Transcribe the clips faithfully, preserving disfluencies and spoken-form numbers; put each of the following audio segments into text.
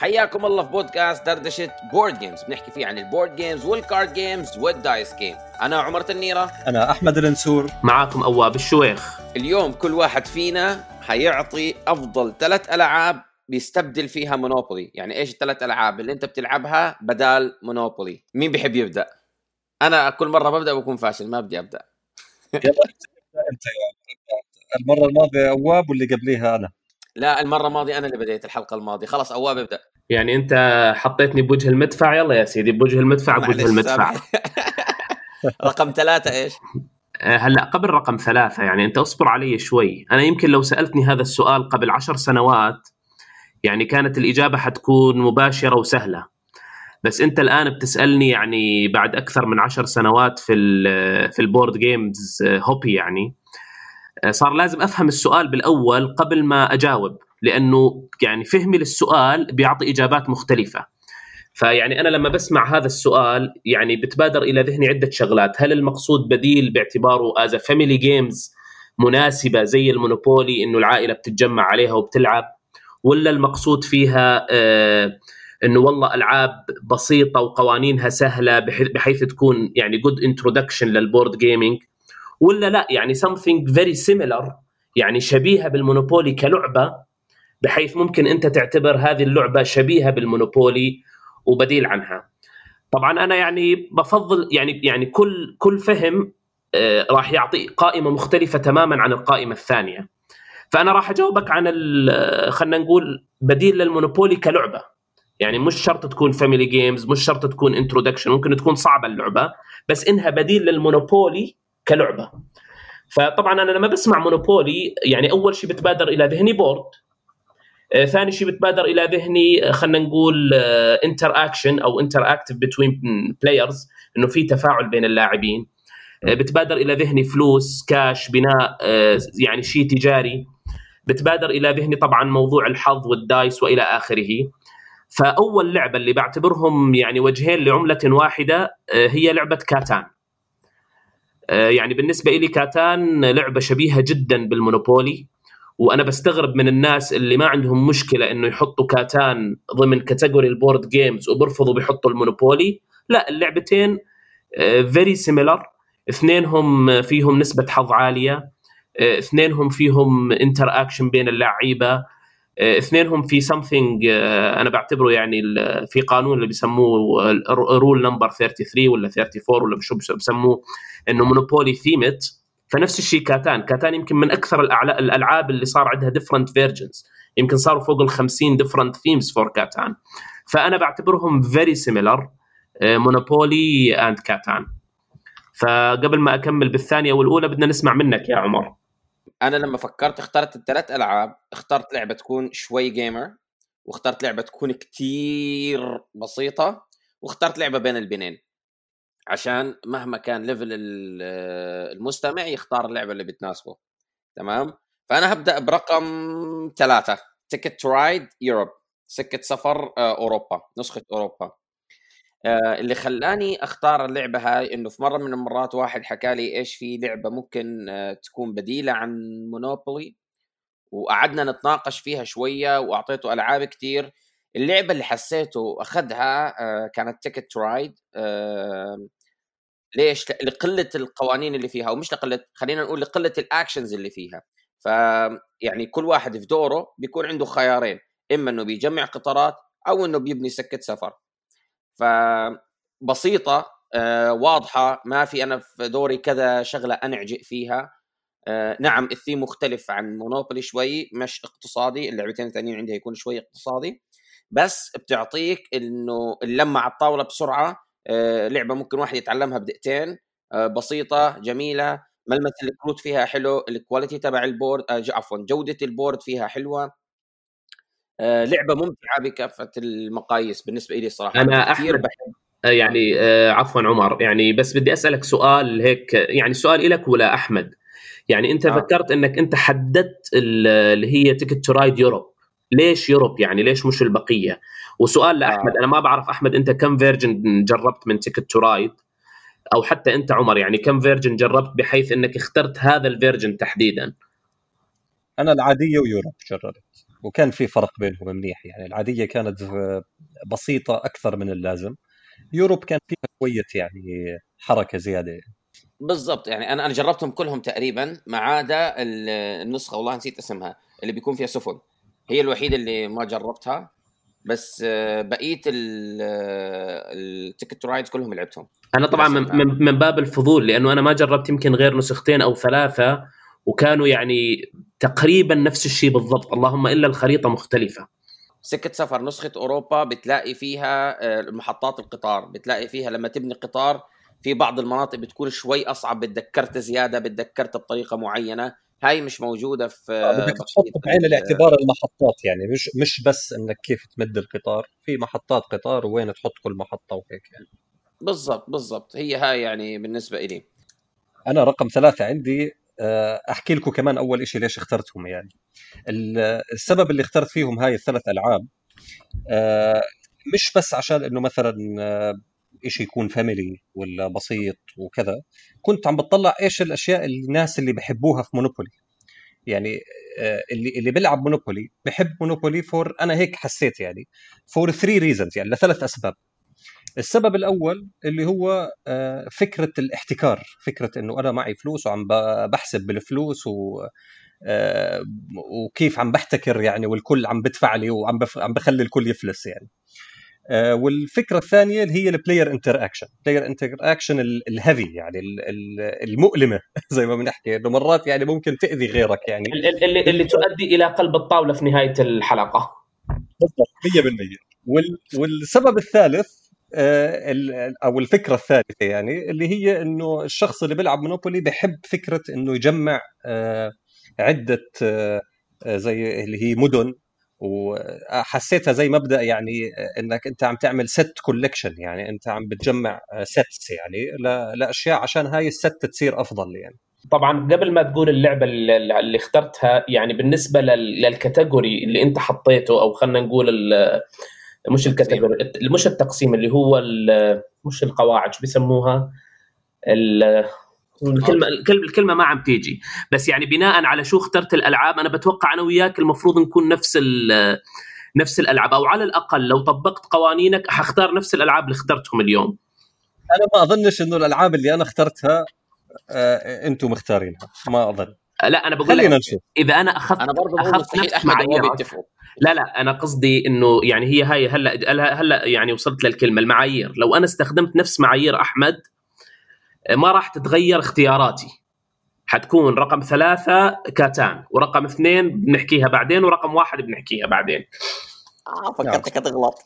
حياكم الله في بودكاست دردشة بورد جيمز، بنحكي فيه عن البورد جيمز والكارد جيمز والدايس جيم. أنا عمر تنيرة، أنا أحمد النسور، معاكم أواب الشويخ. اليوم كل واحد فينا حيعطي أفضل ثلاث ألعاب بيستبدل فيها مونوبولي. يعني إيش الثلاث ألعاب اللي أنت بتلعبها بدال مونوبولي؟ مين بيحب يبدأ؟ أنا كل مرة ببدأ بكون فاشل، ما بدي أبدأ. يلا أنت يا المرة الماضية أواب واللي قبليها أنا. لا، المرة الماضية أنا اللي بديت الحلقة الماضية. خلاص أواب ابدأ. يعني أنت حطيتني بوجه المدفع. يلا يا سيدي بوجه المدفع بوجه المدفع. رقم ثلاثة إيش؟ هلأ قبل رقم ثلاثة، يعني أنت أصبر علي شوي. أنا يمكن لو سألتني هذا السؤال قبل عشر سنوات يعني كانت الإجابة حتكون مباشرة وسهلة، بس أنت الآن بتسألني يعني بعد أكثر من عشر سنوات في في البورد جيمز هوبي، يعني صار لازم أفهم السؤال بالأول قبل ما أجاوب، لأنه يعني فهمي للسؤال بيعطي إجابات مختلفة. فيعني أنا لما بسمع هذا السؤال يعني بتبادر إلى ذهني عدة شغلات. هل المقصود بديل باعتباره as a family games مناسبة زي المونوبولي إنه العائلة بتتجمع عليها وبتلعب، ولا المقصود فيها آه إنه والله ألعاب بسيطة وقوانينها سهلة بحيث تكون يعني good introduction للبورد جيمينج، ولا لا يعني something very similar يعني شبيهة بالمونوبولي كلعبة بحيث ممكن أنت تعتبر هذه اللعبة شبيهة بالمونوبولي وبديل عنها. طبعا أنا يعني بفضل يعني يعني كل كل فهم آه راح يعطي قائمة مختلفة تماما عن القائمة الثانية. فأنا راح أجاوبك عن خلنا نقول بديل للمونوبولي كلعبة. يعني مش شرط تكون فاميلي جيمز، مش شرط تكون انترودكشن، ممكن تكون صعبة اللعبة بس إنها بديل للمونوبولي كلعبة. فطبعا أنا لما بسمع مونوبولي يعني أول شيء بتبادر إلى ذهني بورد، آه، ثاني شيء بتبادر إلى ذهني خلنا نقول انتر اكشن أو انتر اكتيف بتوين بلايرز، إنه في تفاعل بين اللاعبين. آه، بتبادر إلى ذهني فلوس، كاش، بناء، آه، يعني شيء تجاري. بتبادر إلى ذهني طبعا موضوع الحظ والدايس وإلى آخره. فأول لعبة اللي بعتبرهم يعني وجهين لعملة واحدة هي لعبة كاتان. يعني بالنسبة إلي كاتان لعبة شبيهة جدا بالمونوبولي، وأنا بستغرب من الناس اللي ما عندهم مشكلة إنه يحطوا كاتان ضمن كاتيجوري البورد جيمز وبرفضوا بيحطوا المونوبولي. لا، اللعبتين very similar، اثنينهم فيهم نسبة حظ عالية، اثنينهم فيهم انتر اكشن بين اللعيبة، اثنينهم في something أنا بعتبره يعني في قانون اللي بيسموه رول نمبر ثلاثة وثلاثين ولا ثلاثة وأربعين ولا شو بيسموه إنه مونوبولي ثيمت. فنفس الشيء كاتان كاتان يمكن من أكثر الألعاب اللي صار عندها different versions، يمكن صاروا فوق الخمسين different themes for كاتان. فأنا بعتبرهم very similar مونوبولي and كاتان. فقبل ما أكمل بالثانية والأولى بدنا نسمع منك يا عمر. أنا لما فكرت اخترت الثلاث ألعاب، اخترت لعبة تكون شوي جيمر، واخترت لعبة تكون كتير بسيطة، واخترت لعبة بين البنين عشان مهما كان ليفل المستمع يختار اللعبة اللي بتناسبه. تمام. فأنا هبدأ برقم ثلاثة، Ticket to Ride Europe، سكة سفر أوروبا، نسخة أوروبا. اللي خلاني اختار اللعبة هاي انه في مرة من المرات واحد حكى لي ايش في لعبة ممكن تكون بديلة عن مونوبولي، وقعدنا نتناقش فيها شوية واعطيته العاب كتير. اللعبة اللي حسيته اخذها كانت Ticket to Ride. ليش؟ لقلة القوانين اللي فيها، ومش لقلة، خلينا نقول لقلة الاكشنز اللي فيها. فيعني كل واحد في دوره بيكون عنده خيارين، اما انه بيجمع قطارات او انه بيبني سكة سفر. فبسيطة، آه، واضحة، ما في أنا في دوري كذا شغلة أنعجئ فيها. آه، نعم الثيم مختلف عن مونوبولي شوي، مش اقتصادي، اللعبتين الثانيين عندها يكون شوي اقتصادي، بس بتعطيك إنه اللمة على الطاولة بسرعة. آه، لعبة ممكن واحد يتعلمها بدقيقتين. آه، بسيطة جميلة، ملمس الكروت فيها حلو، الكواليتي تبع البورد، آه، عفوا جودة البورد فيها حلوة. آه، لعبة ممتعة بكافة المقاييس بالنسبة لي صراحة. أنا أحمد يعني آه عفوا عمر، يعني بس بدي أسألك سؤال هيك، يعني سؤال إلك ولا أحمد. يعني أنت آه. ذكرت أنك أنت حددت اللي هي Ticket to Ride Europe. ليش يوروب؟ يعني ليش مش البقية؟ وسؤال لأحمد، آه. أنا ما بعرف أحمد أنت كم فيرجن جربت من Ticket to Ride، أو حتى أنت عمر يعني كم فيرجن جربت بحيث أنك اخترت هذا الفيرجن تحديدا؟ أنا العادية ويوروب جربت. وكان في فرق بينهم منيح. يعني العاديه كانت بسيطه اكثر من اللازم، يوروب كان فيها شويه يعني حركه زياده. بالضبط. يعني انا انا جربتهم كلهم تقريبا ما عدا النسخه والله نسيت اسمها اللي بيكون فيها سفن، هي الوحيده اللي ما جربتها. بس بقيه التيكت رايدز كلهم لعبتهم. انا طبعا من, من باب الفضول، لانه انا ما جربت يمكن غير نسختين او ثلاثه، وكانوا يعني تقريبا نفس الشيء بالضبط، اللهم الا الخريطه مختلفه. سكة سفر نسخة أوروبا بتلاقي فيها محطات القطار، بتلاقي فيها لما تبني قطار في بعض المناطق بتكون شوي أصعب، بدك كرت زيادة، بدك كرت بطريقة معينة، هاي مش موجودة في آه بدك تحط بعين الاعتبار المحطات، يعني مش مش بس إنك كيف تمد القطار، في محطات قطار وين تحط كل محطة وهيك يعني. بالضبط بالضبط، هي هاي يعني بالنسبة إلي. أنا رقم ثلاثة عندي أحكي لكم كمان أول إشي ليش اخترتهم. يعني السبب اللي اخترت فيهم هاي الثلاث ألعاب مش بس عشان إنه مثلا إشي يكون فاميلي ولا بسيط وكذا، كنت عم بتطلع إيش الأشياء اللي الناس اللي بحبوها في مونوبولي. يعني اللي اللي بيلعب مونوبولي بحب مونوبولي فور، أنا هيك حسيت يعني فور ثري ريزنز، يعني لثلاث أسباب. السبب الأول اللي هو فكرة الاحتكار، فكرة إنه أنا معي فلوس وعم بحسب بالفلوس و وكيف عم بحتكر يعني، والكل عم بدفع لي وعم عم بخلي الكل يفلس يعني. والفكرة الثانية اللي هي البلاير انتر اكشن، بلاير انتر اكشن الهيفي يعني المؤلمة زي ما بنحكي، انه مرات يعني ممكن تأذي غيرك يعني، اللي, اللي تؤدي إلى قلب الطاولة في نهاية الحلقة. بالضبط مية بالمية. والسبب الثالث او الفكره الثالثه يعني اللي هي انه الشخص اللي بيلعب مونوبولي بحب فكره انه يجمع عده زي اللي هي مدن، وحسيتها زي مبدا يعني انك انت عم تعمل ست كولكشن، يعني انت عم بتجمع ستس يعني لاشياء عشان هاي الست تصير افضل يعني. طبعا قبل ما تقول اللعبه اللي اخترتها، يعني بالنسبه للكاتيجوري اللي انت حطيته، او خلينا نقول مش الكاتيجوري، مش التقسيم، اللي هو مش القواعد، شو بيسموها الكلمه الكلمه ما عم تيجي، بس يعني بناء على شو اخترت الالعاب، انا بتوقع انا وياك المفروض نكون نفس نفس الالعاب، او على الاقل لو طبقت قوانينك حختار نفس الالعاب اللي اخترتهم اليوم. انا ما اظنش انه الالعاب اللي انا اخترتها آه انتم مختارينها، ما اظن. لا انا بقول لك اذا انا اخذت انا برضه اخذت نفس معاييرك، لا لا انا قصدي انه يعني هي هاي هلا هلا يعني وصلت للكلمه المعايير، لو انا استخدمت نفس معايير احمد ما راح تتغير اختياراتي، حتكون رقم ثلاثة كاتان، ورقم اثنين بنحكيها بعدين، ورقم واحد بنحكيها بعدين. اه فكرتك هتغلط.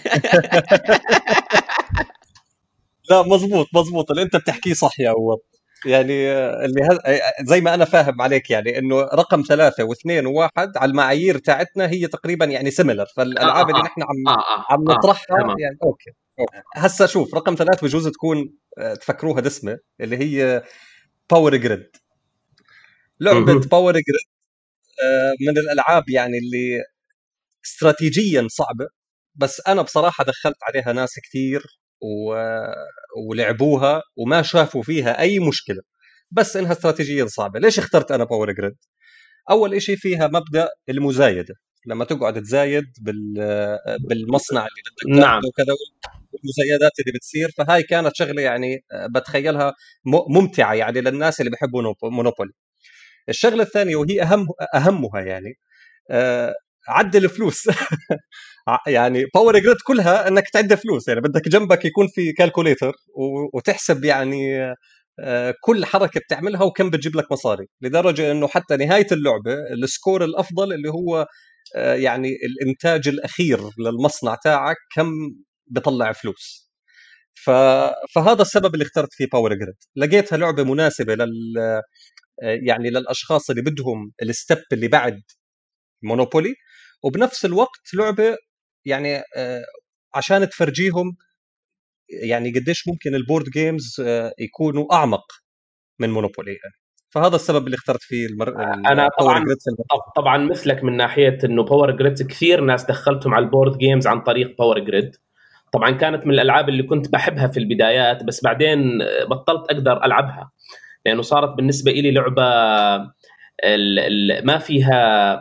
لا مزبوط مزبوط اللي انت بتحكيه صح يا أول. يعني اللي هز... زي ما انا فاهم عليك، يعني انه رقم ثلاثة واثنين وواحد على المعايير تاعتنا هي تقريبا يعني سيميلر، فالالعاب آه آه اللي نحن عم آه آه عم نطرحها آه يعني اوكي. هسه شوف رقم ثلاثة بجوز تكون تفكروها دسمه، اللي هي باور جريد. لعبه باور جريد من الالعاب يعني اللي استراتيجيا صعبه، بس انا بصراحه دخلت عليها ناس كثير و... ولعبوها وما شافوا فيها اي مشكله، بس انها استراتيجيا صعبه. ليش اخترت انا باور جريد؟ اول إشي فيها مبدا المزايده، لما تقعد تزايد بال... بالمصنع اللي بدك نعم. تاخذه وكذا، والمزايدات اللي بتصير، فهاي كانت شغله يعني بتخيلها ممتعه يعني للناس اللي بيحبوا مونوبولي. الشغله الثانيه وهي اهم اهمها يعني أه عدل فلوس. يعني باور جريد كلها انك تعد فلوس، يعني بدك جنبك يكون في كالكوليتر وتحسب يعني كل حركه بتعملها وكم بتجيب لك مصاري، لدرجه انه حتى نهايه اللعبه السكور الافضل اللي هو يعني الانتاج الاخير للمصنع تاعك كم بطلع فلوس. فهذا السبب اللي اخترت فيه باور جريد، لقيتها لعبه مناسبه لل يعني للاشخاص اللي بدهم الستيب اللي بعد مونوبولي، وبنفس الوقت لعبه يعني عشان تفرجيهم يعني قديش ممكن البورد جيمز يكونوا اعمق من مونوبولي يعني. فهذا السبب اللي اخترت فيه المر... انا طبعا طبعا مثلك من ناحيه انه باور جريد كثير ناس دخلتهم على البورد جيمز عن طريق باور جريد. طبعا كانت من الالعاب اللي كنت بحبها في البدايات، بس بعدين بطلت اقدر العبها لانه صارت بالنسبه لي لعبه ال ال ما فيها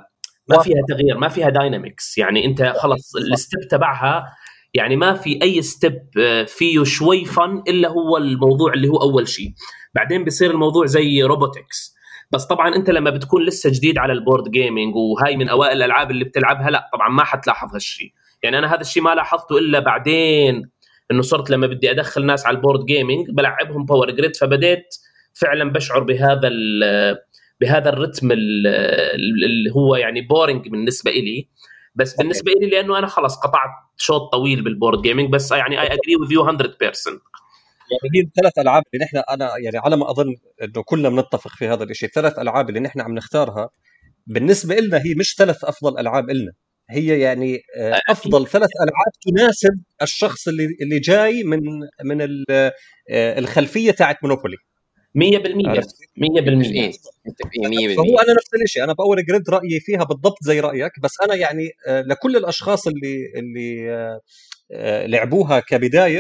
ما فيها تغيير، ما فيها داينامكس. يعني انت خلص الستيب تبعها، يعني ما في اي ستيب فيه شوي فن الا هو الموضوع اللي هو اول شيء، بعدين بيصير الموضوع زي روبوتكس. بس طبعا انت لما بتكون لسه جديد على البورد جيمينج وهاي من اوائل الالعاب اللي بتلعبها، لا طبعا ما حتلاحظ هالشيء. يعني انا هذا الشيء ما لاحظته الا بعدين، انه صرت لما بدي ادخل ناس على البورد جيمينج بلعبهم باور جريد، فبديت فعلا بشعر بهذا بهذا الرتم اللي هو يعني بورينج بالنسبه إلي. بس بالنسبه لي لانه انا خلص قطعت شوط طويل بالبورد جيمينج، بس يعني اي اجري وذ يو مية بالمية. يعني هي الثلاث العاب اللي نحن انا يعني على ما اظن انه كلنا بنتفق في هذا الشيء، الثلاث العاب اللي نحن عم نختارها بالنسبه لنا هي مش ثلاث افضل العاب لنا، هي يعني افضل ثلاث العاب تناسب الشخص اللي اللي جاي من من الخلفيه تاعت مونوبولي مية بالمية مية بالمية. فهو انا نفس الشيء، انا باور جريد رايي فيها بالضبط زي رايك، بس انا يعني لكل الاشخاص اللي اللي لعبوها كبدايه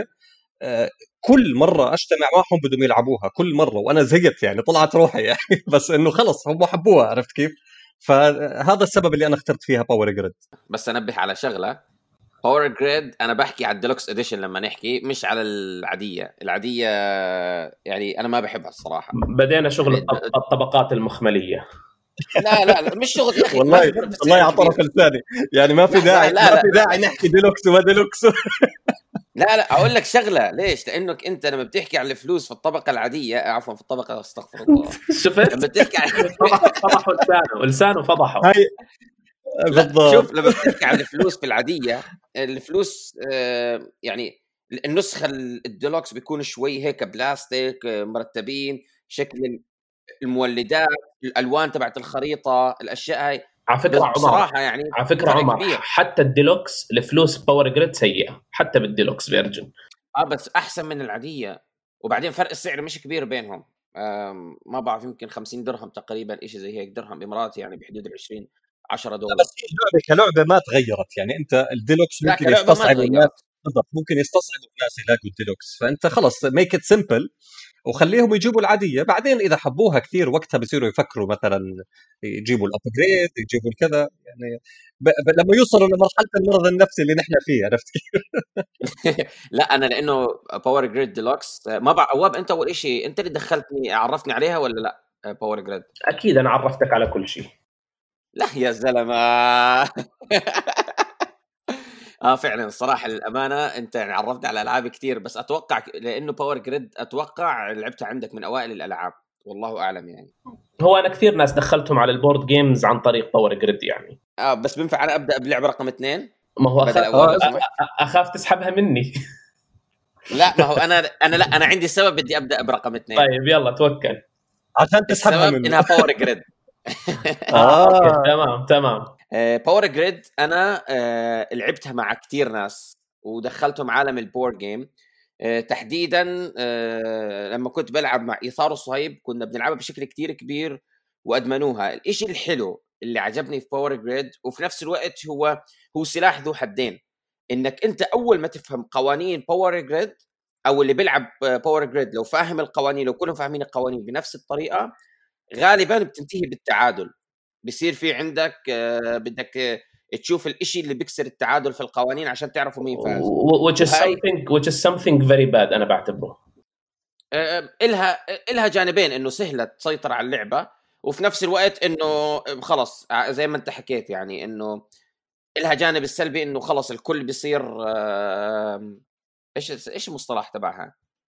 كل مره اجتمع معهم بدهم يلعبوها كل مره، وانا زهقت يعني طلعت روحي يعني بس انه خلص هم حبوها، عرفت كيف؟ فهذا السبب اللي انا اخترت فيها باور جريد. بس انبه على شغله، باور جريد انا بحكي على الديلوكس اديشن لما نحكي، مش على العاديه. العاديه يعني انا ما بحبها الصراحه. بدينا شغل الطبقات المخمليه. لا لا لا مش شغل يا اخي، والله والله على طرف الثاني يعني ما في داعي لا ما في داعي نحكي ديلوكس وما ديلوكس. لا لا اقول لك شغله، ليش؟ لانك انت لما بتحكي على الفلوس في الطبقه العاديه، عفوا في الطبقه، استغفر الله، شفت لما بتحكي على فضحوا لسانه لسانه فضحوا. هاي بالضبط. شوف لما بتحكي على الفلوس في العاديه، الفلوس آه يعني النسخه الديلوكس بيكون شوي هيك بلاستيك مرتبين، شكل المولدات، الالوان تبعت الخريطه، الاشياء هاي. على فكره بصراحه يعني على فكره عمر كبير. حتى الديلوكس الفلوس باور جريد سيئه، حتى بالديلوكس فيرجن اه بس احسن من العاديه. وبعدين فرق السعر مش كبير بينهم، ما بعرف يمكن خمسين درهم تقريبا، إشي زي هيك، درهم اماراتي يعني بحدود العشرين عشرة دولار. بس هي اللعبه كلعبه ما تغيرت، يعني انت الديلوكس ممكن يستصعب الناس، بالضبط ممكن يستصعب الناس يلاقوا الديلوكس، فانت خلص ميك ات سمبل وخليهم يجيبوا العاديه. بعدين اذا حبوها كثير وقتها بيصيروا يفكروا مثلا يجيبوا الابجريد، يجيبوا الكذا، يعني ب... ب... لما يوصلوا لمرحله المرض النفسي اللي نحن فيه، عرفت كيف؟ لا انا لانه باور جريد ديلوكس ما بعرف. اواب انت اول شيء انت اللي دخلتني عرفني عليها ولا لا؟ باور جريد اكيد انا عرفتك على كل شيء. لا يا زلمه اه فعلا الصراحه الامانه انت يعني عرفتني على العاب كتير، بس اتوقع لانه باور جريد اتوقع لعبتها عندك من اوائل الالعاب، والله اعلم. يعني هو انا كثير ناس دخلتهم على البورد جيمز عن طريق باور جريد يعني. اه بس بينفع انا ابدا بلعبه رقم اثنين؟ ما هو أخاف, أه اخاف تسحبها مني. لا ما هو انا انا لا انا عندي سبب بدي ابدا برقم اثنين. طيب يلا توكل عشان تسحبها مني. انها باور جريد. اه تمام تمام. باور جريد انا آه لعبتها مع كتير ناس ودخلتهم عالم البورد جيم. آه تحديدا آه لما كنت بلعب مع إيثار وصهيب كنا بنلعبها بشكل كتير كبير وادمنوها. الاشي الحلو اللي عجبني في باور جريد وفي نفس الوقت هو هو سلاح ذو حدين، انك انت اول ما تفهم قوانين باور جريد او اللي بيلعب باور جريد لو فاهم القوانين، لو كلهم فاهمين القوانين بنفس الطريقه، غالبا بتنتهي بالتعادل. بصير في عندك آه بدك آه تشوف الاشي اللي بيكسر التعادل في القوانين عشان تعرفوا مين فاز. which is something which is something very bad انا بعتبره. آه إلها إلها جانبين، انه سهله تسيطر على اللعبه، وفي نفس الوقت انه خلص زي ما انت حكيت يعني انه إلها جانب السلبي انه خلص الكل بيصير آه ايش ايش المصطلح تبعها؟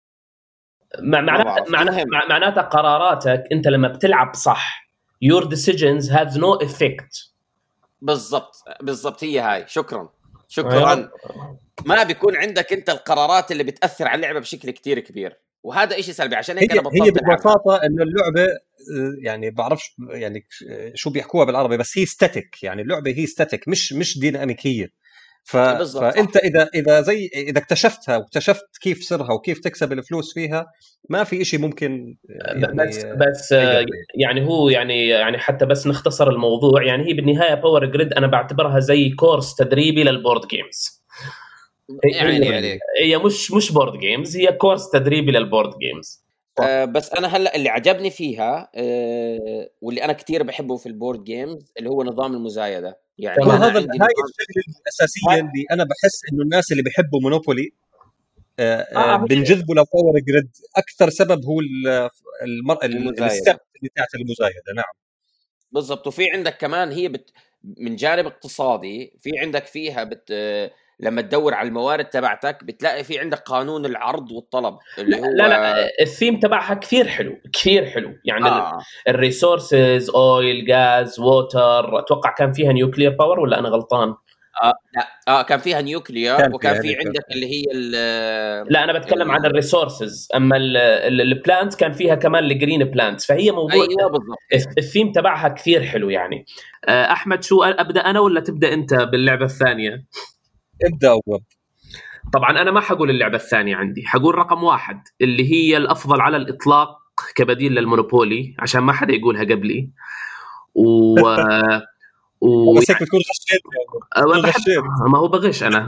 معناتها معناتها معناتها قراراتك انت لما بتلعب صح your decisions have no effect. بالضبط بالضبط هي هاي. شكرا شكرا. ما بيكون عندك انت القرارات اللي بتأثر على اللعبة بشكل كتير كبير، وهذا إشي سلبي. عشان هيك هي انا بطلت هي ببساطة انه اللعبة يعني بعرفش يعني شو بيحكوها بالعربي، بس هي ستاتيك، يعني اللعبة هي ستاتيك مش مش ديناميكية. ف... فانت اذا اذا زي اذا اكتشفتها واكتشفت كيف سرها وكيف تكسب الفلوس فيها، ما في إشي ممكن يعني بس بس يعني هو يعني يعني حتى بس نختصر الموضوع، يعني هي بالنهايه باور جريد انا بعتبرها زي كورس تدريبي للبورد جيمز. يعني هي, هي مش مش بورد جيمز، هي كورس تدريبي للبورد جيمز. آه بس انا هلا اللي عجبني فيها آه واللي انا كتير بحبه في البورد جيمز اللي هو نظام المزايده. يعني هو انا هذا عندي هاي نظام الشغله الاساسيه اللي انا بحس انه الناس اللي بيحبوا مونوبولي آه آه آه بنجذبوا لباور جريد. اكثر سبب هو المر... المزايده الستep اللي تاعت المزايده. نعم بالضبط. وفي عندك كمان هي بت... من جانب اقتصادي في عندك فيها بت... لما تدور على الموارد تبعتك بتلاقي في عندك قانون العرض والطلب اللي لا هو لا, لا الثيم تبعها كثير حلو كثير حلو يعني آه. الريسورسز اويل غاز ووتر. اتوقع كان فيها نيوكلير باور ولا انا غلطان؟ اه لا اه كان فيها نيوكليير كان وكان فيها في نيوكلير. عندك اللي هي ال لا انا بتكلم عن الريسورسز، اما البلانت كان فيها كمان الجرين بلانت. فهي موضوع ايوه بالضبط الثيم تبعها كثير حلو يعني. احمد شو ابدا انا ولا تبدا انت باللعبه الثانيه؟ ابدا اول. طبعا انا ما حقول اللعبه الثانيه عندي، حقول رقم واحد اللي هي الافضل على الاطلاق كبديل للمونوبولي عشان ما حدا يقولها قبلي. و و... بس هيك بتكون غشيت يعني. ما هو بغش انا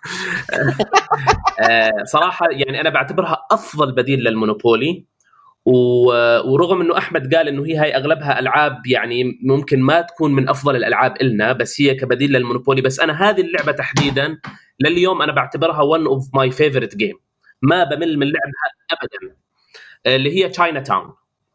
صراحه يعني انا بعتبرها افضل بديل للمونوبولي. ورغم انه احمد قال انه هي هاي اغلبها العاب يعني ممكن ما تكون من افضل الالعاب إلنا، بس هي كبديل للمونوبولي. بس انا هذه اللعبه تحديدا لليوم انا بعتبرها one of my favorite game، ما بمل من لعبها ابدا، اللي هي تشاينا تاون.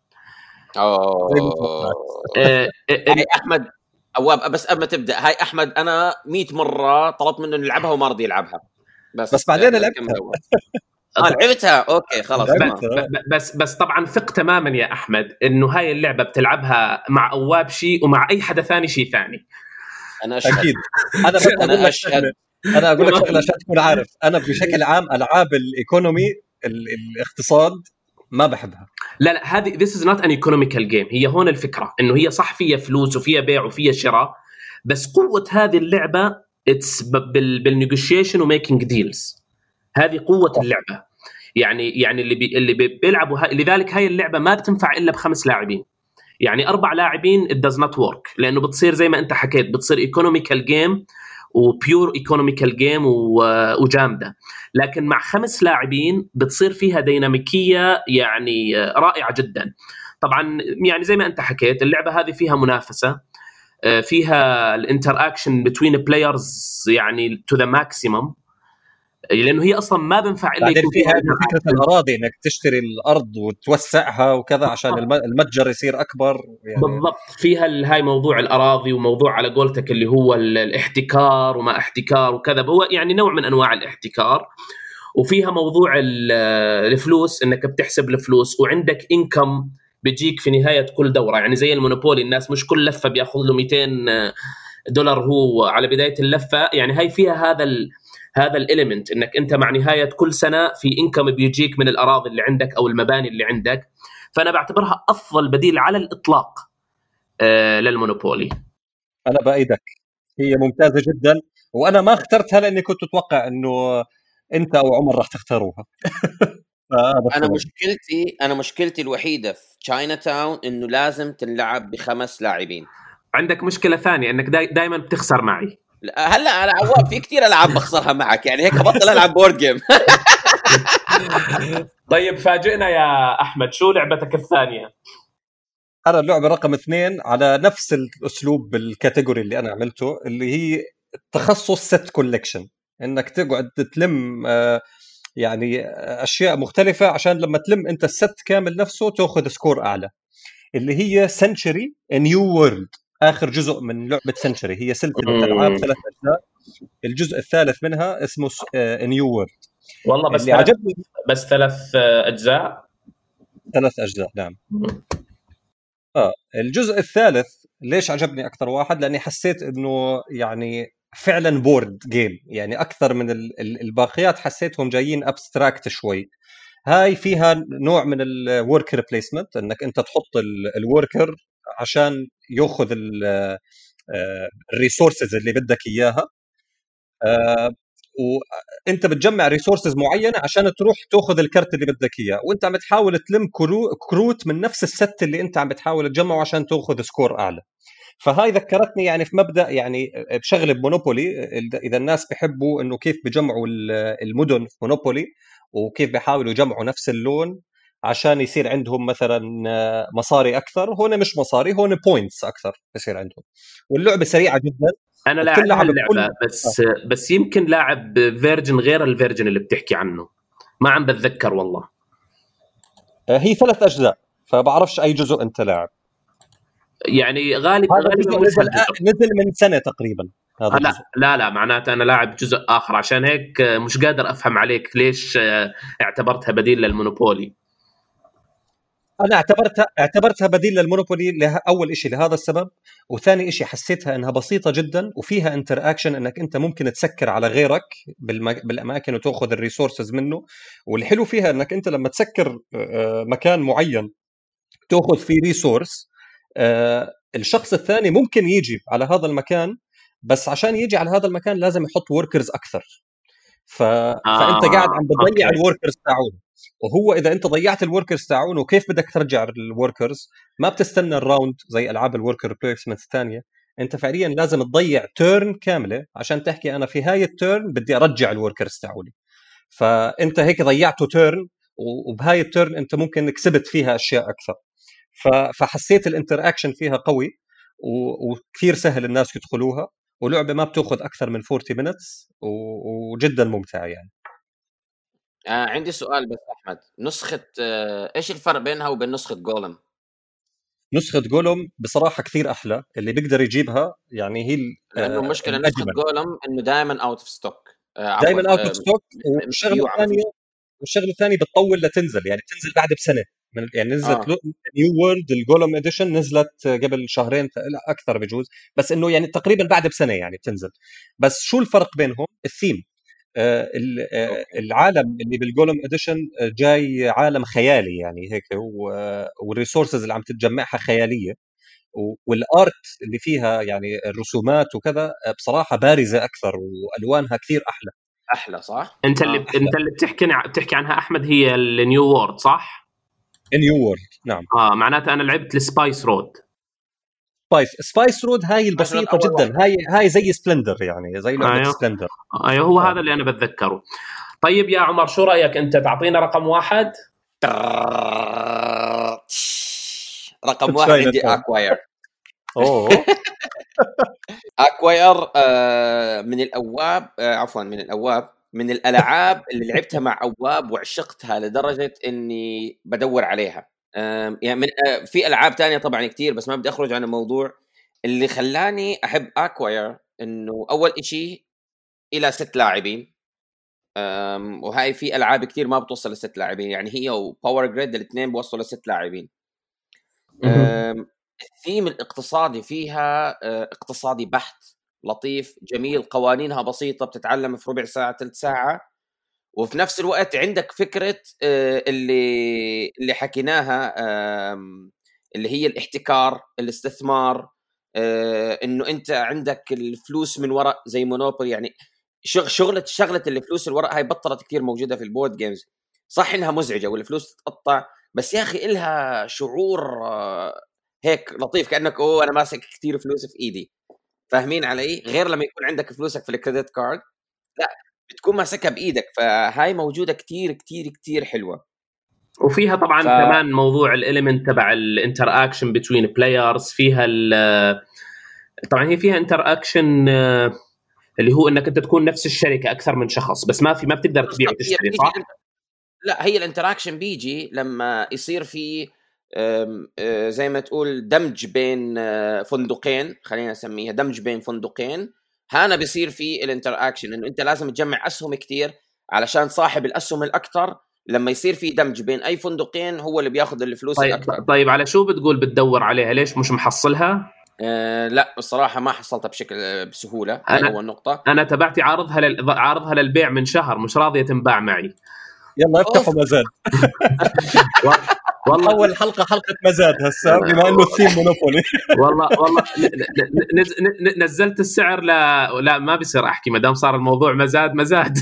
اوه هاي احمد أواب بس قبل ما تبدا هاي احمد انا مية مره طلبت منه نلعبها وما رضي يلعبها بس بس بعدين لعبتها. اه لعبتها اوكي خلاص بس بس طبعا ثق تماما يا احمد انه هاي اللعبه بتلعبها مع اواب شيء ومع اي حدا ثاني شيء ثاني. انا اشهد اكيد. انا بس اقول لك شغله انا اقول لك شغله عشان تكون عارف. انا بشكل عام العاب الايكونومي الاقتصاد ما بحبها. لا لا هذه this is not an economical game. هي هون الفكره انه هي صح فيها فلوس وفيها بيع وفيها شراء، بس قوه هذه اللعبه اتس بالنيغوشيشن وميكينج ديلز. هذه قوه اللعبه يعني يعني اللي بي اللي بي بيلعبوا ها... لذلك هاي اللعبه ما بتنفع الا بخمس لاعبين. يعني اربع لاعبين it does not work، لانه بتصير زي ما انت حكيت بتصير ايكونوميكال جيم وبيور ايكونوميكال جيم وجامده. لكن مع خمس لاعبين بتصير فيها ديناميكيه يعني رائعه جدا. طبعا يعني زي ما انت حكيت اللعبه هذه فيها منافسه، فيها الانتراكشن بين بلايرز يعني تو ذا ماكسيمم، لانه هي اصلا ما بنفع الا يكون فيها فكره الاراضي انك تشتري الارض وتوسعها وكذا عشان المتجر يصير اكبر يعني. بالضبط فيها هاي موضوع الاراضي وموضوع على قولتك اللي هو الاحتكار وما احتكار وكذا، هو يعني نوع من انواع الاحتكار. وفيها موضوع الفلوس انك بتحسب الفلوس وعندك انكم بيجيك في نهايه كل دوره. يعني زي المونوبولي الناس مش كل لفه بياخذ له مئتين دولار هو على بدايه اللفه، يعني هاي فيها هذا ال هذا الاليمنت انك انت مع نهايه كل سنه في انكم بيجيك من الاراضي اللي عندك او المباني اللي عندك. فانا بعتبرها افضل بديل على الاطلاق آه للمونوبولي. انا بايدك، هي ممتازه جدا وانا ما اخترتها لاني كنت اتوقع انه انت او عمر راح تختاروها. انا مشكلتي انا مشكلتي الوحيده في تشاينا تاون انه لازم تنلعب بخمس لاعبين. عندك مشكله ثانيه انك داي دائما بتخسر معي. هلا انا عواب في كتير العاب بخسرها معك يعني هيك بطل العب بورد جيم. طيب فاجئنا يا احمد، شو لعبتك الثانيه؟ انا اللعبه رقم اثنين على نفس الاسلوب بالكاتيجوري اللي انا عملته، اللي هي تخصص ست كولكشن، انك تقعد تلم يعني اشياء مختلفه عشان لما تلم انت الست كامل نفسه تاخذ سكور اعلى، اللي هي سنتشري نيو وورلد. اخر جزء من لعبه سنتشري، هي سلسله العاب ثلاث اجزاء، الجزء الثالث منها اسمه نيو وورلد. والله بس اللي عجبني بس ثلاث اجزاء ثلاث اجزاء نعم. اه الجزء الثالث ليش عجبني اكثر واحد؟ لاني حسيت انه يعني فعلا بورد جيم، يعني اكثر من الباقيات حسيتهم جايين ابستراكت شوي. هاي فيها نوع من الورك ريبليسمنت، انك انت تحط الوركر عشان ياخذ الريسورسز اللي بدك اياها، وانت بتجمع ريسورسز معينه عشان تروح تاخذ الكرت اللي بدك اياه، وانت عم تحاول تلم كروت من نفس الست اللي انت عم بتحاول تجمعه عشان تاخذ سكور اعلى. فهاي ذكرتني يعني في مبدا يعني بشغله بمونوبولي، اذا الناس بيحبوا انه كيف بيجمعوا المدن في مونوبولي وكيف بيحاولوا يجمعوا نفس اللون عشان يصير عندهم مثلا مصاري اكثر. هون مش مصاري، هون بوينتس اكثر بصير عندهم. واللعبه سريعه جدا. انا وكل لاعب لعبة اللعبه كل- بس بس يمكن لاعب فيرجن غير الفيرجن اللي بتحكي عنه، ما عم بتذكر والله. آه، هي ثلاث اجزاء، فبعرفش اي جزء انت لاعب. يعني غالب هذا غالبا الجزء مش نزل هالجزء. نزل من سنه تقريبا هذا آه لا الجزء. لا لا معناته انا لاعب جزء اخر، عشان هيك آه، مش قادر افهم عليك ليش آه، اعتبرتها بديل للمونوبولي. انا اعتبرتها اعتبرتها بديل للمونوبولي له اول شيء لهذا السبب، وثاني شيء حسيتها انها بسيطه جدا وفيها انتر اكشن، انك انت ممكن تسكر على غيرك بالم... بالاماكن وتاخذ الريسورسز منه. والحلو فيها انك انت لما تسكر آه، مكان معين تاخذ فيه ريسورس، آه، الشخص الثاني ممكن يجي على هذا المكان، بس عشان يجي على هذا المكان لازم يحط وركرز اكثر. ف... آه فانت قاعد عم بتضيع أوكي. الوركرز تاعونه. وهو اذا انت ضيعت الوركرز تاعونه وكيف بدك ترجع الوركرز؟ ما بتستنى الراوند زي العاب الوركر بليسمنت الثانيه. انت فعليا لازم تضيع تيرن كامله عشان تحكي انا في هاي التيرن بدي ارجع الوركرز تاعوني. فانت هيك ضيعته تيرن، وبهاي التيرن انت ممكن كسبت فيها اشياء اكثر. ف- فحسيت الانتر اكشن فيها قوي، و- وكثير سهل الناس يدخلوها، ولعبه ما بتاخذ اكثر من أربعين مينتس، وجدا ممتعه يعني. آه عندي سؤال بس احمد، نسخه آه ايش الفرق بينها وبين نسخه جولم؟ نسخه جولوم بصراحه كثير احلى، اللي بيقدر يجيبها يعني هي ال- لانه آه، المشكله نسخه الاجمل. جولم انه دائما اوت اوف ستوك. دائما اوت اوف ستوك. والشغله بيوعى ما الثانيه فيش. والشغله الثانيه بتطول لتنزل، يعني بتنزل بعد بسنه. من يعني نزلت اه نيو وورلد الجولوم اديشن نزلت قبل شهرين، لا اكثر بجوز، بس انه يعني تقريبا بعد بسنه يعني بتنزل. بس شو الفرق بينهم؟ الثيم. آه، ال- آه، اوكي العالم اللي بالجولم اديشن جاي عالم خيالي يعني هيك، و- والريسورسز اللي عم تتجمعها خياليه، و- والارت اللي فيها يعني الرسومات وكذا آه، بصراحه بارزه اكثر والوانها كثير احلى. احلى صح. انت اللي آه. انت اللي بتحكي بتحكي عنها احمد هي النيو وورد صح؟ نيو وورلد نعم. اه معناتها انا لعبت السبايس رود. سبايس سبايس رود هاي رود البسيطه أول جدا، واحدة. هاي هاي زي سبلندر يعني، زي لعبه ايوه سبلندر. ايوه هو آه. هذا اللي انا بتذكره. طيب يا عمر شو رايك انت تعطينا رقم واحد؟ رقم واحد عندي اكواير. اوه اكواير آه من الاواب آه عفوا من الاواب من الالعاب اللي لعبتها مع اواب وعشقتها لدرجه اني بدور عليها. آه يعني من آه في العاب تانية طبعا كتير، بس ما بدي اخرج عن الموضوع. اللي خلاني احب اكواير انه اول اشي الى ست لاعبين، وهاي في العاب كتير ما بتوصل لست لاعبين، يعني هي وباور جريد الاثنين بوصلوا لست لاعبين. الثيم الاقتصادي فيها اقتصادي بحت، لطيف جميل، قوانينها بسيطة بتتعلم في ربع ساعة ثلث ساعة، وفي نفس الوقت عندك فكرة اللي اللي حكيناها اللي هي الاحتكار، الاستثمار، انه انت عندك الفلوس من وراء زي مونوبولي. يعني شغلة شغلة الفلوس الورق هاي بطلت كتير موجودة في البورد جيمز. صح انها مزعجة والفلوس تتقطع، بس يا اخي إلها شعور هيك لطيف، كأنك اوه انا ماسك كتير فلوس في ايدي. فاهمين علي؟ غير لما يكون عندك فلوسك في الكريدت كارد، لا بتكون ماسكها بايدك. فهاي موجودة كتير كتير كتير حلوة. وفيها طبعا ف... كمان موضوع الاليمنت تبع الانتر اكشن بتوين بلايرز. فيها طبعا هي فيها انتر اكشن اللي هو انك انت تكون نفس الشركه اكثر من شخص، بس ما في ما بتقدر تبيع وتشتري صح؟ لا هي الانتراكشن بيجي لما يصير في زي ما تقول دمج بين فندقين، خلينا نسميها دمج بين فندقين. هنا بيصير في الانتراكشن انه انت لازم تجمع اسهم كتير علشان صاحب الاسهم الاكثر لما يصير في دمج بين اي فندقين هو اللي بياخذ الفلوس طيب الاكثر. طيب على شو بتقول بتدور عليها؟ ليش مش محصلها؟ أه لا الصراحه ما حصلتها بشكل بسهوله. هاي اول نقطه. انا تبعتي عارضها لل... عارضها للبيع من شهر، مش راضيه تنباع معي. يلا افتحوا مزاد. والله اول حلقه حلقه مزاد هسه بما انه الثيم مونوبولي. والله والله نز... نزلت السعر. لا لا ما بيصير احكي ما دام صار الموضوع مزاد مزاد.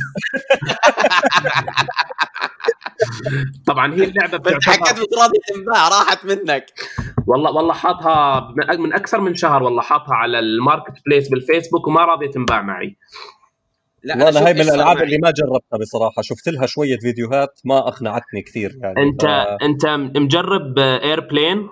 طبعا هي اللعبه حكيت مش راضي تنباع راحت منك. والله والله حاطها من اكثر من شهر، والله حاطها على الماركت بليس بالفيسبوك وما راضيه تنباع معي. والله هاي من الالعاب اللي ما جربتها بصراحه، شفت لها شويه فيديوهات ما اقنعتني كثير يعني. انت ف... انت مجرب ايربلين؟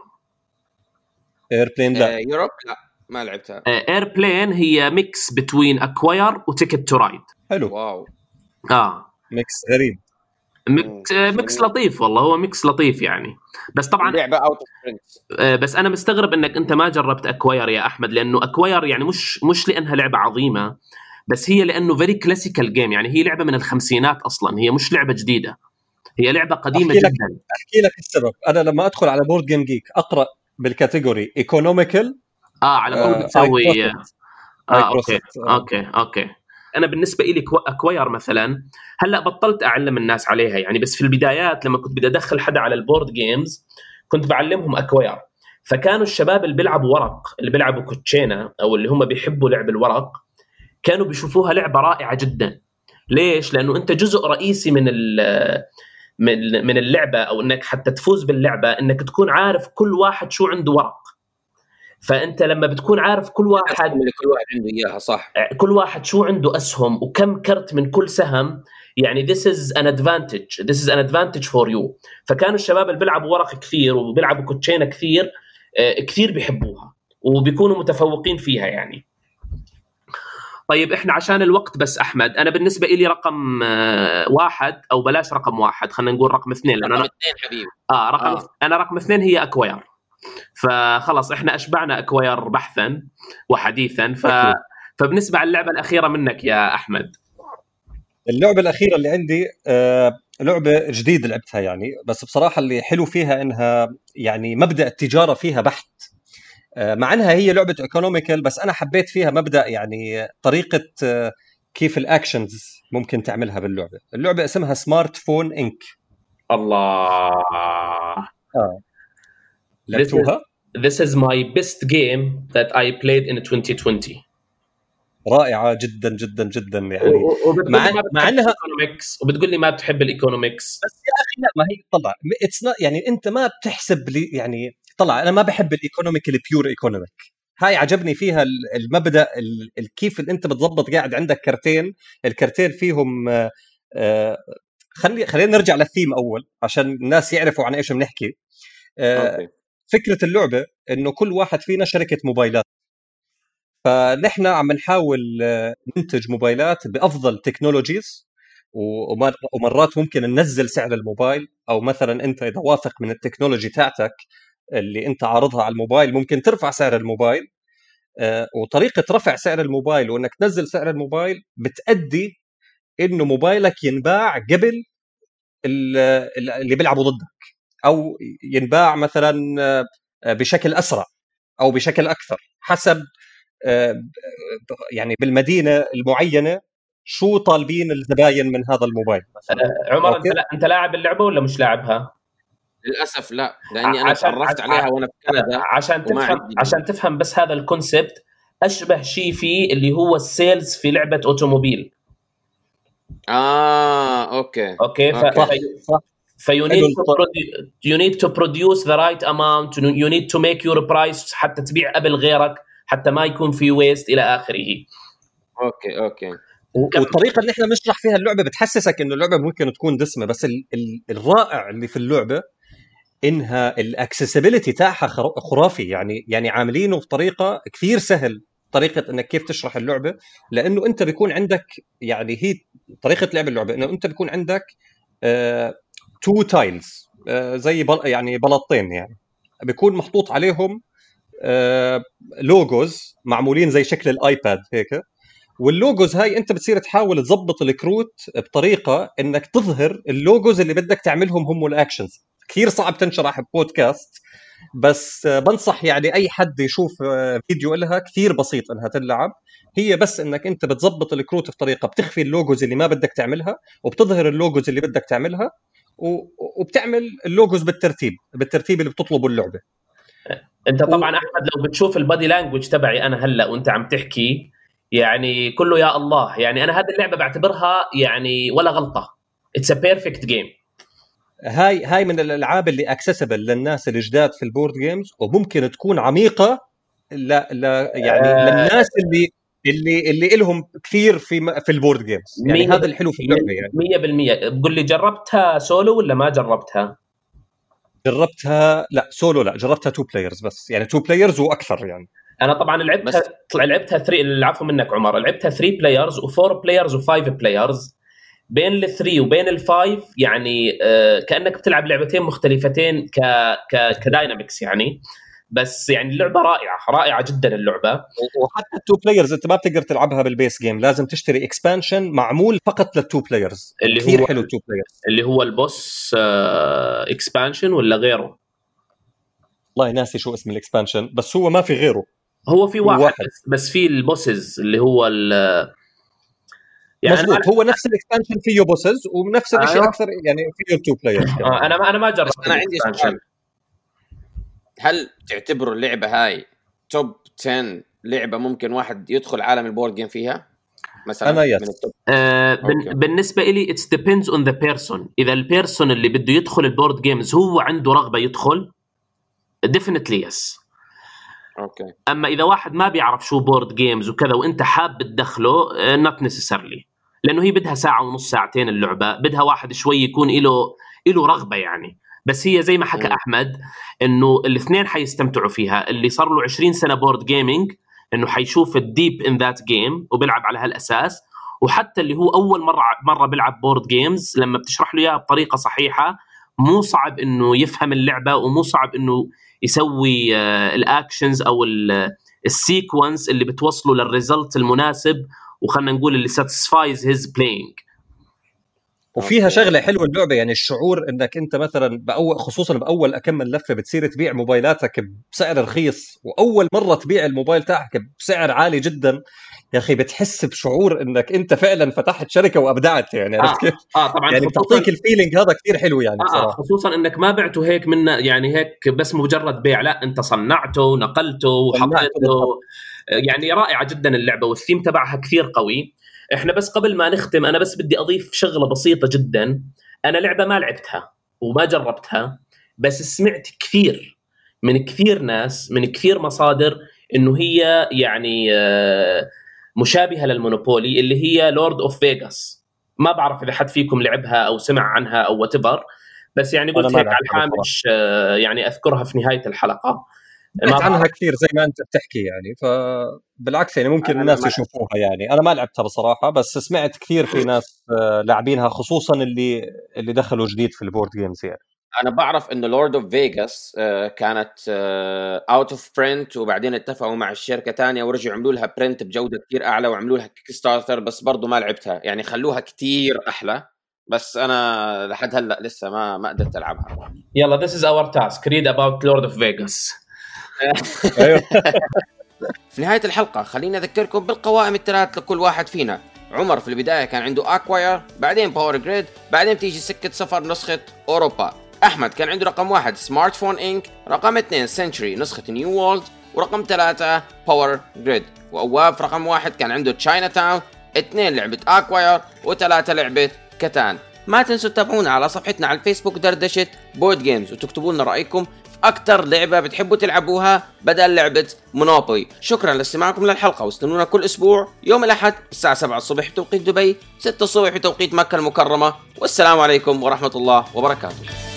ايربلين لا. آه يوروب لا ما لعبتها. ايربلين هي ميكس بتوين اكواير وتيكت تو رايد. حلو. واو. اه ميكس غريب. ميكس, ميكس لطيف والله، هو ميكس لطيف يعني. بس طبعا لعبه اوت اوف برنس. بس انا مستغرب انك انت ما جربت اكواير يا احمد، لانه اكواير يعني مش مش لانها لعبه عظيمه، بس هي لانه فيري كلاسيكال جيم. يعني هي لعبه من الخمسينات اصلا، هي مش لعبه جديده، هي لعبه قديمه أحكي جدا. لك احكي لك السبب. انا لما ادخل على بورد جيم جيك اقرا بالكاتيجوري ايكونوميكال، اه على طول آه بتسوي اه اوكي اوكي اوكي. انا بالنسبه لي اكواير مثلا هلا بطلت اعلم الناس عليها يعني، بس في البدايات لما كنت بدي ادخل حدا على البورد جيمز كنت بعلمهم اكواير. فكانوا الشباب اللي بيلعبوا ورق، اللي بيلعبوا كوتشينا او اللي هم بيحبوا لعب الورق، كانوا بيشوفوها لعبه رائعه جدا. ليش؟ لانه انت جزء رئيسي من من من اللعبه، او انك حتى تفوز باللعبه انك تكون عارف كل واحد شو عنده ورق. فانت لما بتكون عارف كل واحد اللي كل واحد عنده اياها صح، كل واحد شو عنده اسهم وكم كرت من كل سهم، يعني this is an advantage this is an advantage for you. فكانوا الشباب اللي بيلعبوا ورق كثير وبيلعبوا كوتشينه كثير كثير بيحبوها وبيكونوا متفوقين فيها يعني. طيب احنا عشان الوقت بس احمد، انا بالنسبه لي رقم واحد او بلاش رقم واحد، خلينا نقول رقم اثنين، رقم أنا... اثنين حبيبي. اه رقم آه. انا رقم اثنين هي اكواير. فخلص احنا اشبعنا اكواير بحثا وحديثا. ف... فبالنسبه على اللعبه الاخيره منك يا احمد. اللعبه الاخيره اللي عندي آه لعبه جديده لعبتها يعني، بس بصراحه اللي حلو فيها انها يعني مبدا التجاره فيها بحت، آه مع انها هي لعبه ايكونوميكال، بس انا حبيت فيها مبدا يعني طريقه آه كيف الاكشنز ممكن تعملها باللعبه. اللعبه اسمها سمارت فون انك. الله. اه لعبتوها؟ This is my best game that I played in twenty twenty. رائعه جدا جدا جدا يعني. مع مع انها ايكونومكس وبتقول لي ما بتحب الايكونومكس. بس يا اخي لا، ما هي طلع اتس يعني انت ما بتحسب لي يعني. طلع انا ما بحب الايكونوميك البيور ايكونوميك. هاي عجبني فيها المبدا كيف انت بتضبط قاعد عندك كرتين، الكرتين فيهم آه خلي خلينا نرجع للثيم اول عشان الناس يعرفوا عن ايش بنحكي. آه فكره اللعبه انه كل واحد فينا شركه موبايلات، فنحن عم نحاول ننتج موبايلات بافضل تكنولوجيز، ومرات ممكن ننزل سعر الموبايل، او مثلا انت اذا واثق من التكنولوجي تاعتك اللي انت عارضها على الموبايل ممكن ترفع سعر الموبايل. وطريقه رفع سعر الموبايل وانك تنزل سعر الموبايل بتأدي انه موبايلك ينباع قبل اللي بيلعبوا ضدك، او ينباع مثلا بشكل اسرع او بشكل اكثر حسب يعني بالمدينه المعينه شو طالبين الزباين من هذا الموبايل مثلا. عمر انت لا انت لاعب اللعبه ولا مش لاعبها؟ للاسف لا، لاني انا تعرفت عليها وانا في كندا. عشان تفهم عشان تفهم بس هذا الكونسبت اشبه شيء فيه اللي هو السيلز في لعبه اوتوموبيل. اه اوكي اوكي ف... صح صح. فيو نيد تو يو نيد تو بروديوس ذا رايت اماونت، يو نيد تو ميك يور برايس حتى تبيع قبل غيرك، حتى ما يكون في ويست الى اخره. اوكي اوكي. والطريقه اللي احنا بنشرح فيها اللعبه بتحسسك انه اللعبه ممكن تكون دسمه، بس ال ال الرائع اللي في اللعبه انها الاكسسبيليتي تاعها خرافي يعني. يعني عاملينه بطريقه كثير سهل، طريقه انك كيف تشرح اللعبه، لانه انت بيكون عندك يعني هي طريقه لعب اللعبه انه انت بيكون عندك آه تو تايلز آه زي بل يعني بلاطين يعني، بيكون محطوط عليهم آه لوجوز معمولين زي شكل الايباد هيك. واللوجوز هاي انت بتصير تحاول تظبط الكروت بطريقه انك تظهر اللوجوز اللي بدك تعملهم هم الاكشنز. كثير صعب تنشرح ببودكاست، بس بنصح يعني اي حد يشوف فيديو لها كثير بسيط انها تلعب. هي بس انك انت بتظبط الكروت بطريقه بتخفي اللوجوز اللي ما بدك تعملها وبتظهر اللوجوز اللي بدك تعملها، وبتعمل اللوجوز بالترتيب بالترتيب اللي بتطلبه اللعبه. انت طبعا و... احمد لو بتشوف البادي لانجوج تبعي انا هلا وانت عم تحكي يعني كله يا الله. يعني انا هذه اللعبه بعتبرها يعني ولا غلطه، اتس ا بيرفكت جيم. هاي هاي من الالعاب اللي اكسسبل للناس الجداد في البورد جيمز، وممكن تكون عميقه لا لا يعني آه للناس اللي اللي اللي إلهم كثير في في البورد جيمز يعني هذا الحلو في اللعبه يعني مية بالمية. بقول لي جربتها سولو ولا ما جربتها؟ جربتها لا سولو لا جربتها تو بلايرز بس يعني تو بلايرز واكثر يعني. انا طبعا لعبتها لعبتها ثلاثة اللي عفوا منك عمر لعبتها ثلاثة بلايرز وفور بلايرز وفايف بلايرز. بين الثري وبين الفايف يعني آه كأنك بتلعب لعبتين مختلفتين ك ك كداينامكس يعني. بس يعني اللعبه رائعه رائعه جدا اللعبه. وحتى التو بلايرز انت ما بتقدر تلعبها بالبيس جيم لازم تشتري اكسبانشن معمول فقط للتو بلايرز اللي كثير هو حلو التو بلايرز اللي هو البوس آه اكسبانشن ولا غيره. والله ناسي شو اسم الاكسبانشن بس هو ما في غيره. هو في واحد, واحد. بس, بس في البوسز اللي هو يعني مزبوط هو نفس الاكسبانشن فيه بوسز ونفس الشيء أيوه. اكثر يعني فيه تو بلايرز. آه انا ما انا ما جربت. انا عندي سؤال هل تعتبروا اللعبه هاي توب عشرة لعبه ممكن واحد يدخل عالم البورد جيم فيها مثلا؟ أنا من التوب آه بالنسبه لي it depends on the person. اذا البيرسون اللي بده يدخل البورد جيمز هو عنده رغبه يدخل definitely yes. اوكي. اما اذا واحد ما بيعرف شو بورد جيمز وكذا وانت حاب تدخله not necessarily لانه هي بدها ساعه ونص ساعتين اللعبه بدها واحد شوي يكون له له رغبه يعني. بس هي زي ما حكى م. احمد انه الاثنين حيستمتعوا فيها. اللي صار له عشرين سنه بورد جيمينج انه حيشوف الديب ان ذات جيم وبيلعب على هالاساس. وحتى اللي هو اول مره مره بيلعب بورد جيمز لما بتشرح له اياها بطريقه صحيحه مو صعب انه يفهم اللعبه ومو صعب انه يسوي الاكشنز او السيكونس اللي بتوصله للريزلت المناسب وخلنا نقول اللي ساتسفايز هيز بلاينج. وفيها شغله حلوه اللعبه يعني الشعور انك انت مثلا باول خصوصا باول اكمل لفه بتصير تبيع موبايلاتك بسعر رخيص واول مره تبيع الموبايل تاعك بسعر عالي جدا يا اخي بتحس بشعور انك انت فعلا فتحت شركه وابدعت يعني. آه. اه طبعا يعني بتعطيك الفيلينج هذا كثير حلو يعني آه بصراحه. خصوصا انك ما بعته هيك من يعني هيك بس مجرد بيع لا انت صنعته ونقلته وحطيته. يعني رائعه جدا اللعبه والثيم تبعها كثير قوي. احنا بس قبل ما نختم انا بس بدي اضيف شغله بسيطه جدا. انا لعبه ما لعبتها وما جربتها بس سمعت كثير من كثير ناس من كثير مصادر انه هي يعني مشابهه للمونوبولي اللي هي لورد اوف فيغاس. ما بعرف اذا حد فيكم لعبها او سمع عنها او واتيفر بس يعني قلت هيك على الهامش يعني اذكرها في نهايه الحلقه. سمعت عنها كثير زي ما انت بتحكي يعني فبالعكس يعني ممكن الناس يشوفوها يعني. انا ما لعبتها بصراحه بس سمعت كثير في ناس لاعبينها خصوصا اللي اللي دخلوا جديد في البورد جيمز يعني. انا بعرف انه لورد اوف فيغاس كانت اوت اوف برنت وبعدين اتفقوا مع الشركه تانية ورجعوا عملوا لها برنت بجوده كثير اعلى وعملوا لها كيك ستارتر بس برضو ما لعبتها يعني خلوها كثير احلى. بس انا لحد هلا لسه ما ما قدرت العبها. يلا this is our task read about Lord of Vegas. في نهاية الحلقة خلينا أذكركم بالقوائم الثلاث لكل واحد فينا. عمر في البداية كان عنده أكواير بعدين باور جريد بعدين تيجي سكة سفر نسخة أوروبا. أحمد كان عنده رقم واحد سمارت فون إنك رقم اثنين سنتري نسخة نيو وورلد ورقم ثلاثة باور جريد. وأواب في رقم واحد كان عنده تشاينا تاون اثنين لعبة أكواير وثلاثة لعبة كتان. ما تنسوا تتابعونا على صفحتنا على الفيسبوك دردشة بورد جيمز وتكتبوا لنا رأيكم أكتر لعبة بتحبوا تلعبوها بدل لعبة مونوبولي. شكرا لاستماعكم للحلقة واستنونا كل أسبوع يوم الأحد الساعة سبعة الصبح بتوقيت دبي ستة الصبح بتوقيت مكة المكرمة. والسلام عليكم ورحمة الله وبركاته.